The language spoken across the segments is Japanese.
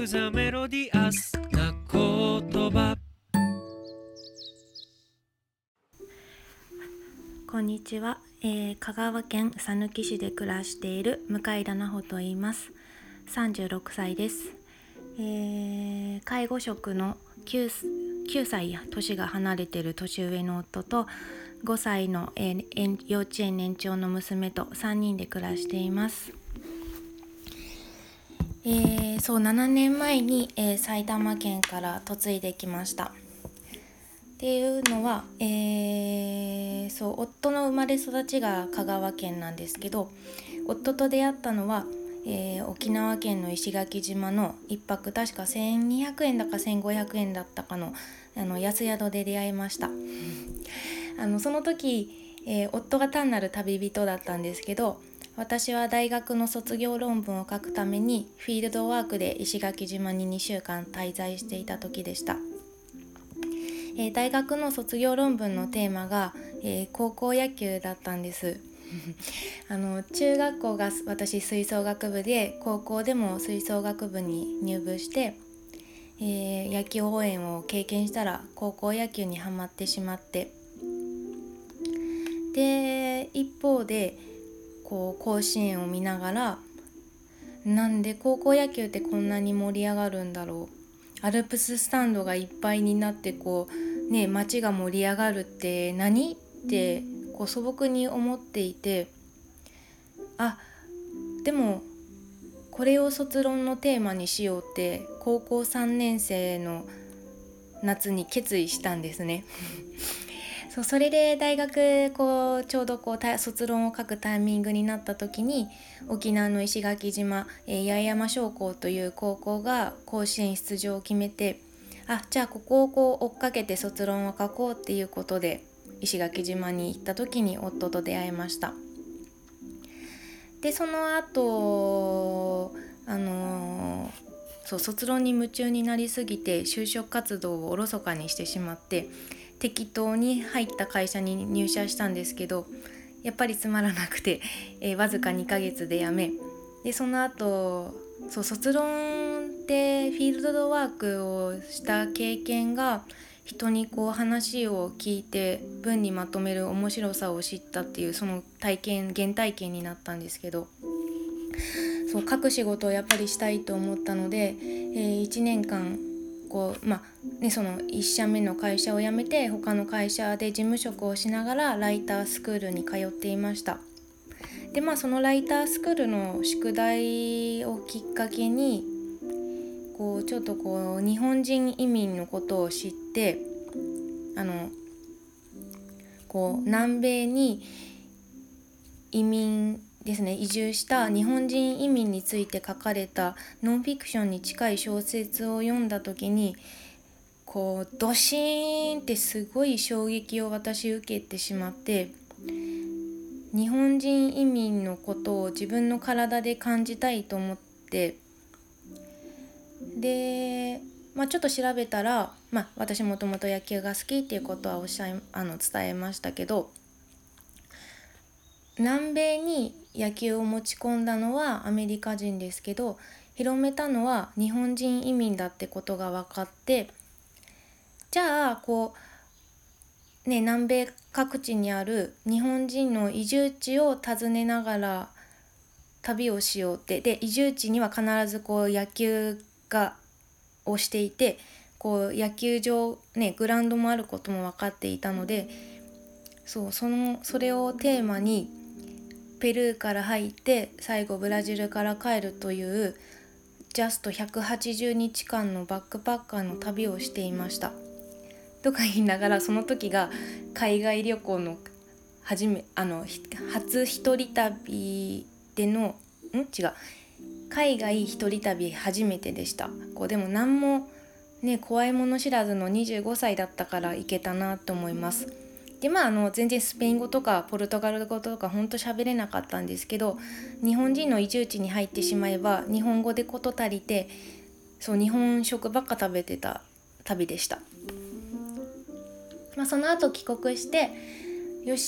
クザメロディアスな言葉。 こんにちは、香川県さぬき市で暮らしている向井田奈穂と言います。36歳です。介護職の9歳年が離れている年上の夫と5歳の、幼稚園年長の娘と3人で暮らしています。7年前に、埼玉県から嫁いできました。っていうのは、夫の生まれ育ちが香川県なんですけど、夫と出会ったのは、沖縄県の石垣島の一泊確か1200円だか1500円だったかの、安宿で出会いました。その時、夫が単なる旅人だったんですけど、私は大学の卒業論文を書くためにフィールドワークで石垣島に2週間滞在していた時でした。大学の卒業論文のテーマが、高校野球だったんです中学校が私吹奏楽部で、高校でも吹奏楽部に入部して、野球応援を経験したら高校野球にはまってしまって、で一方で甲子園を見ながら、なんで高校野球ってこんなに盛り上がるんだろう、アルプススタンドがいっぱいになって街が盛り上がるって何って素朴に思っていて、でもこれを卒論のテーマにしようって高校3年生の夏に決意したんですねそれで大学ちょうど卒論を書くタイミングになった時に、沖縄の石垣島、八重山商工という高校が甲子園出場を決めて、じゃあここを追っかけて卒論を書こうっていうことで石垣島に行った時に夫と出会いました。でその後卒論に夢中になりすぎて就職活動をおろそかにしてしまって、適当に入った会社に入社したんですけど、やっぱりつまらなくて、わずか2ヶ月で辞め、でその後卒論ってフィールドワークをした経験が人に話を聞いて文にまとめる面白さを知ったっていう、その原体験になったんですけど、書く仕事をやっぱりしたいと思ったので、1年間その1社目の会社を辞めて他の会社で事務職をしながらライタースクールに通っていました。でそのライタースクールの宿題をきっかけにちょっと日本人移民のことを知って、南米に移住した日本人移民について書かれたノンフィクションに近い小説を読んだ時に、ドシーンってすごい衝撃を私受けてしまって、日本人移民のことを自分の体で感じたいと思って、でちょっと調べたら、私もともと野球が好きっていうことは伝えましたけど、南米に野球を持ち込んだのはアメリカ人ですけど、広めたのは日本人移民だってことが分かって、じゃあ南米各地にある日本人の移住地を訪ねながら旅をしようって。で移住地には必ず野球をしていて、野球場グラウンドもあることも分かっていたので、それをテーマにペルーから入って最後ブラジルから帰るというジャスト180日間のバックパッカーの旅をしていましたとか言いながら、その時が海外旅行の初一人旅での海外一人旅初めてでした。でも何も怖いもの知らずの25歳だったから行けたなと思います。で全然スペイン語とかポルトガル語とか本当喋れなかったんですけど、日本人の移住地に入ってしまえば日本語で事足りて、日本食ばっか食べてた旅でした。その後帰国して、よし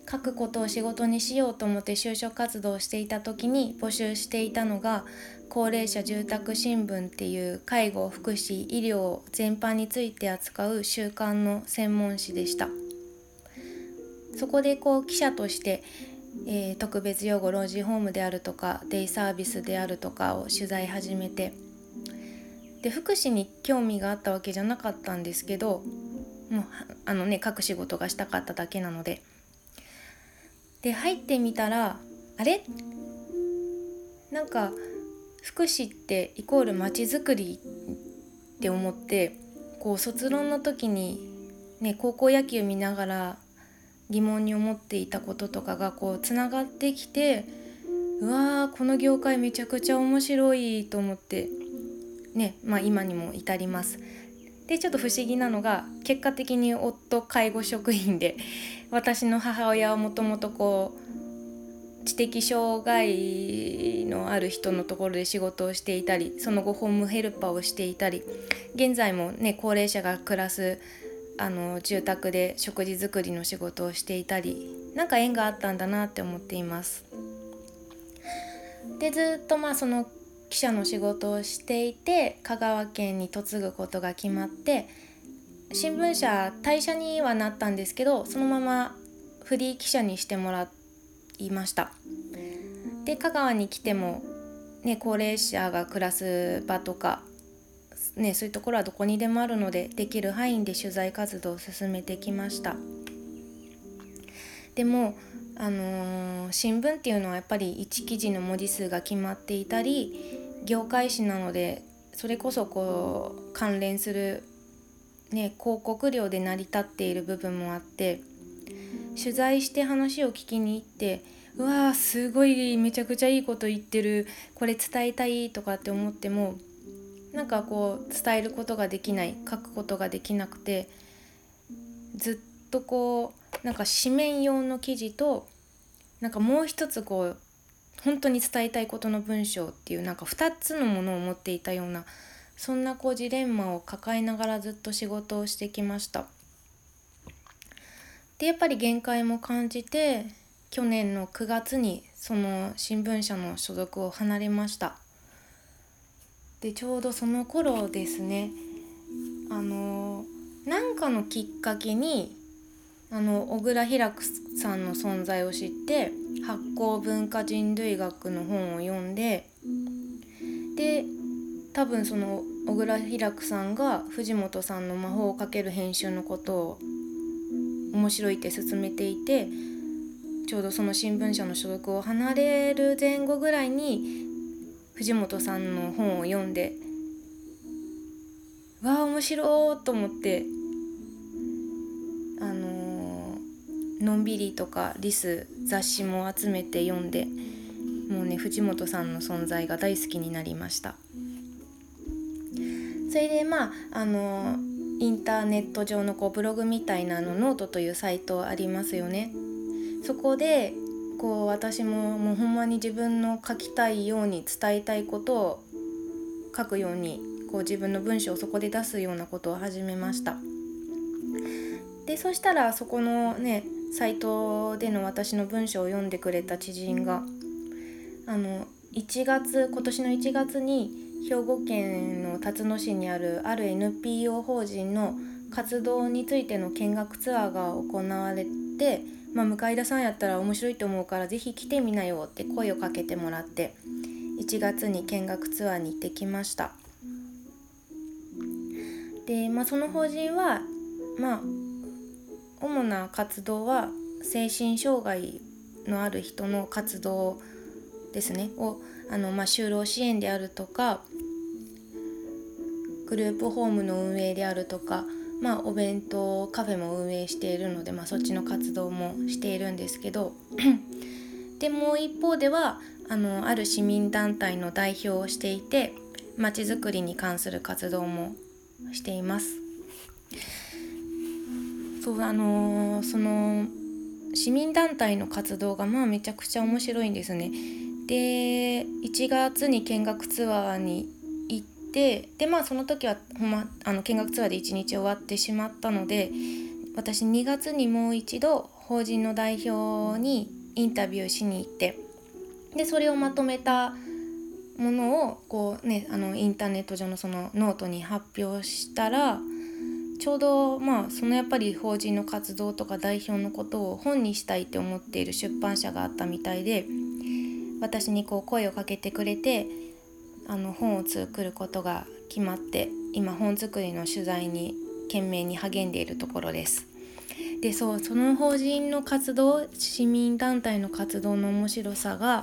書くことを仕事にしようと思って就職活動をしていた時に募集していたのが高齢者住宅新聞っていう介護、福祉、医療全般について扱う週刊の専門誌でした。そこで記者として、特別養護老人ホームであるとかデイサービスであるとかを取材始めて、で福祉に興味があったわけじゃなかったんですけど、もう書く仕事がしたかっただけなので、で入ってみたらあれなんか福祉ってイコールまちづくりって思って、卒論の時に高校野球見ながら疑問に思っていたこととかがつながってきて、うわーこの業界めちゃくちゃ面白いと思って今にも至ります。でちょっと不思議なのが、結果的に夫介護職員で、私の母親はもともと知的障害のある人のところで仕事をしていたり、その後ホームヘルパーをしていたり、現在も高齢者が暮らす住宅で食事作りの仕事をしていたり、縁があったんだなって思っています。でずっとその記者の仕事をしていて、香川県に嫁ぐことが決まって、新聞社退社にはなったんですけど、そのままフリー記者にしてもらいました。で香川に来ても、高齢者が暮らす場とか、そういうところはどこにでもあるので、できる範囲で取材活動を進めてきました。でも新聞っていうのはやっぱり1記事の文字数が決まっていたり、業界誌なのでそれこそ関連する、広告料で成り立っている部分もあって、取材して話を聞きに行って、うわーすごいめちゃくちゃいいこと言ってる、これ伝えたいとかって思っても伝えることができない、書くことができなくて、ずっと紙面用の記事ともう一つ本当に伝えたいことの文章っていう2つのものを持っていたような、そんなジレンマを抱えながらずっと仕事をしてきました。でやっぱり限界も感じて、去年の9月にその新聞社の所属を離れました。でちょうどその頃ですね、なんかのきっかけに小倉ヒラクさんの存在を知って、発酵文化人類学の本を読んで、で多分その小倉ヒラクさんが藤本さんの魔法をかける編集のことを面白いって勧めていて、ちょうどその新聞社の所属を離れる前後ぐらいに藤本さんの本を読んで、わあ面白いと思って、のんびりとかリス雑誌も集めて読んで、もう藤本さんの存在が大好きになりました。それでインターネット上のブログみたいなノートというサイトありますよね。そこで私ももうほんまに自分の書きたいように伝えたいことを書くように自分の文章をそこで出すようなことを始めました。でそしたらそこのサイトでの私の文章を読んでくれた知人が今年の1月に兵庫県の辰野市にあるある NPO 法人の活動についての見学ツアーが行われて、向田さんやったら面白いと思うからぜひ来てみなよって声をかけてもらって、1月に見学ツアーに行ってきました。で、その法人は主な活動は精神障害のある人の活動ですねを就労支援であるとか、グループホームの運営であるとか、お弁当カフェも運営しているので、そっちの活動もしているんですけどでもう一方ではある市民団体の代表をしていて、まちづくりに関する活動もしています。その市民団体の活動がめちゃくちゃ面白いんですね。で1月に見学ツアーに行って、でその時は見学ツアーで1日終わってしまったので、私2月にもう一度法人の代表にインタビューしに行って、でそれをまとめたものをこうね、インターネット上のそのノートに発表したら、ちょうどそのやっぱり法人の活動とか代表のことを本にしたいって思っている出版社があったみたいで、私にこう声をかけてくれて、本を作ることが決まって、今本作りの取材に懸命に励んでいるところです。でその法人の活動、市民団体の活動の面白さが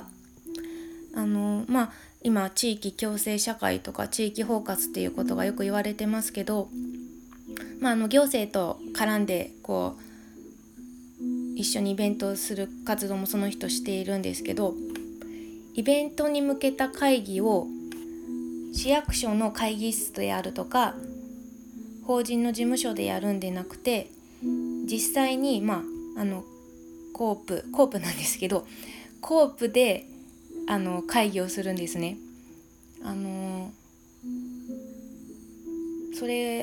今地域共生社会とか地域包括っていうことがよく言われてますけど、行政と絡んでこう一緒にイベントをする活動もその人しているんですけど、イベントに向けた会議を市役所の会議室でやるとか法人の事務所でやるんでなくて、実際にコープなんですけど、コープで会議をするんですね。それ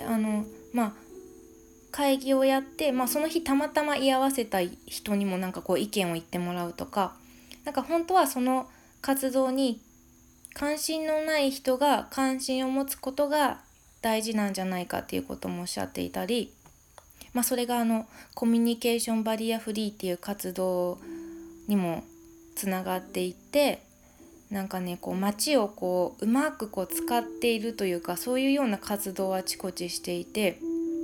会議をやって、その日たまたま居合わせた人にも意見を言ってもらうとか、本当はその活動に関心のない人が関心を持つことが大事なんじゃないかっていうこともおっしゃっていたり、それがコミュニケーションバリアフリーっていう活動にもつながっていて、街をうまく使っているというか、そういうような活動をあちこちしていて、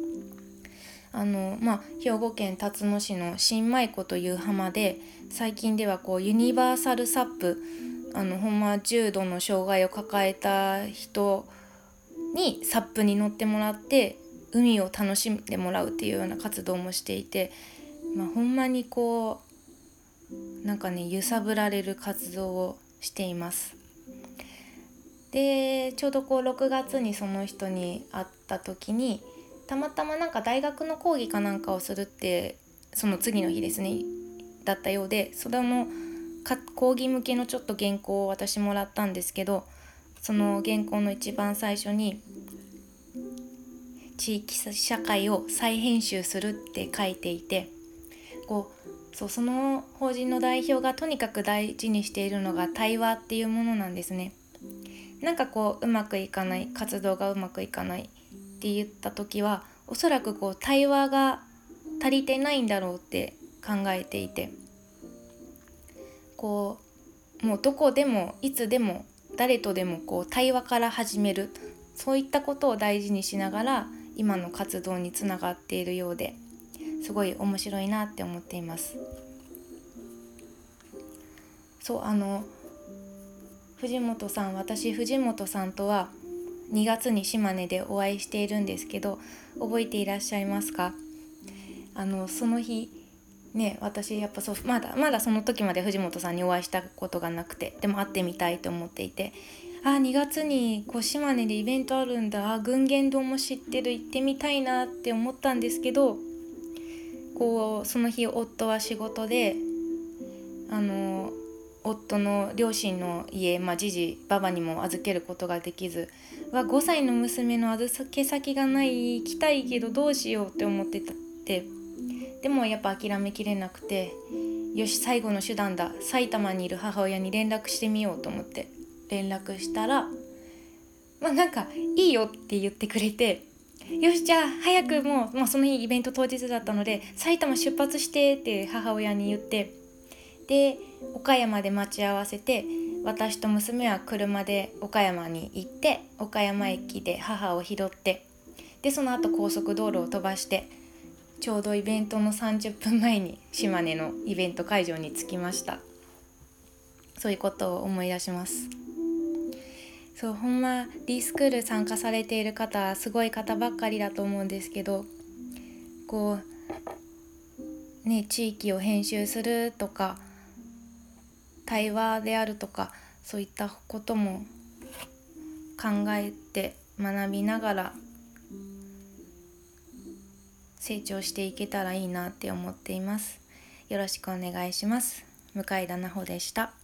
兵庫県辰野市の新舞子という浜で、最近ではユニバーサルサップ、重度の障害を抱えた人にサップに乗ってもらって海を楽しんでもらうっていうような活動もしていて、ほんまに揺さぶられる活動をしています。でちょうど6月にその人に会った時に、たまたま大学の講義かなんかをするって、その次の日ですねだったようで、それの講義向けのちょっと原稿を私もらったんですけど、その原稿の一番最初に地域社会を再編集するって書いていて、その法人の代表がとにかく大事にしているのが対話っていうものなんですね。うまくいかない、活動がうまくいかないって言った時は、おそらく対話が足りてないんだろうって考えていて、もうどこでもいつでも誰とでも対話から始める、そういったことを大事にしながら今の活動につながっているようで、すごい面白いなって思っています。藤本さん、私藤本さんとは2月に島根でお会いしているんですけど、覚えていらっしゃいますか？その日ね、私やっぱまだその時まで藤本さんにお会いしたことがなくて、でも会ってみたいと思っていて、2月に島根でイベントあるんだ、群言堂も知ってる、行ってみたいなって思ったんですけど、その日夫は仕事で夫の両親の家、じじばばにも預けることができず、5歳の娘の預け先がない、行きたいけどどうしようって思ってたって、でもやっぱ諦めきれなくて、よし最後の手段だ、埼玉にいる母親に連絡してみようと思って連絡したら、いいよって言ってくれて、よしじゃあ早くもう、その日イベント当日だったので埼玉出発してって母親に言って、で岡山で待ち合わせて、私と娘は車で岡山に行って、岡山駅で母を拾って、でその後高速道路を飛ばして、ちょうどイベントの30分前に島根のイベント会場に着きました。そういうことを思い出します。ほんまDスクール参加されている方、すごい方ばっかりだと思うんですけど、地域を編集するとか対話であるとか、そういったことも考えて学びながら成長していけたらいいなって思っています。よろしくお願いします。向田奈穂でした。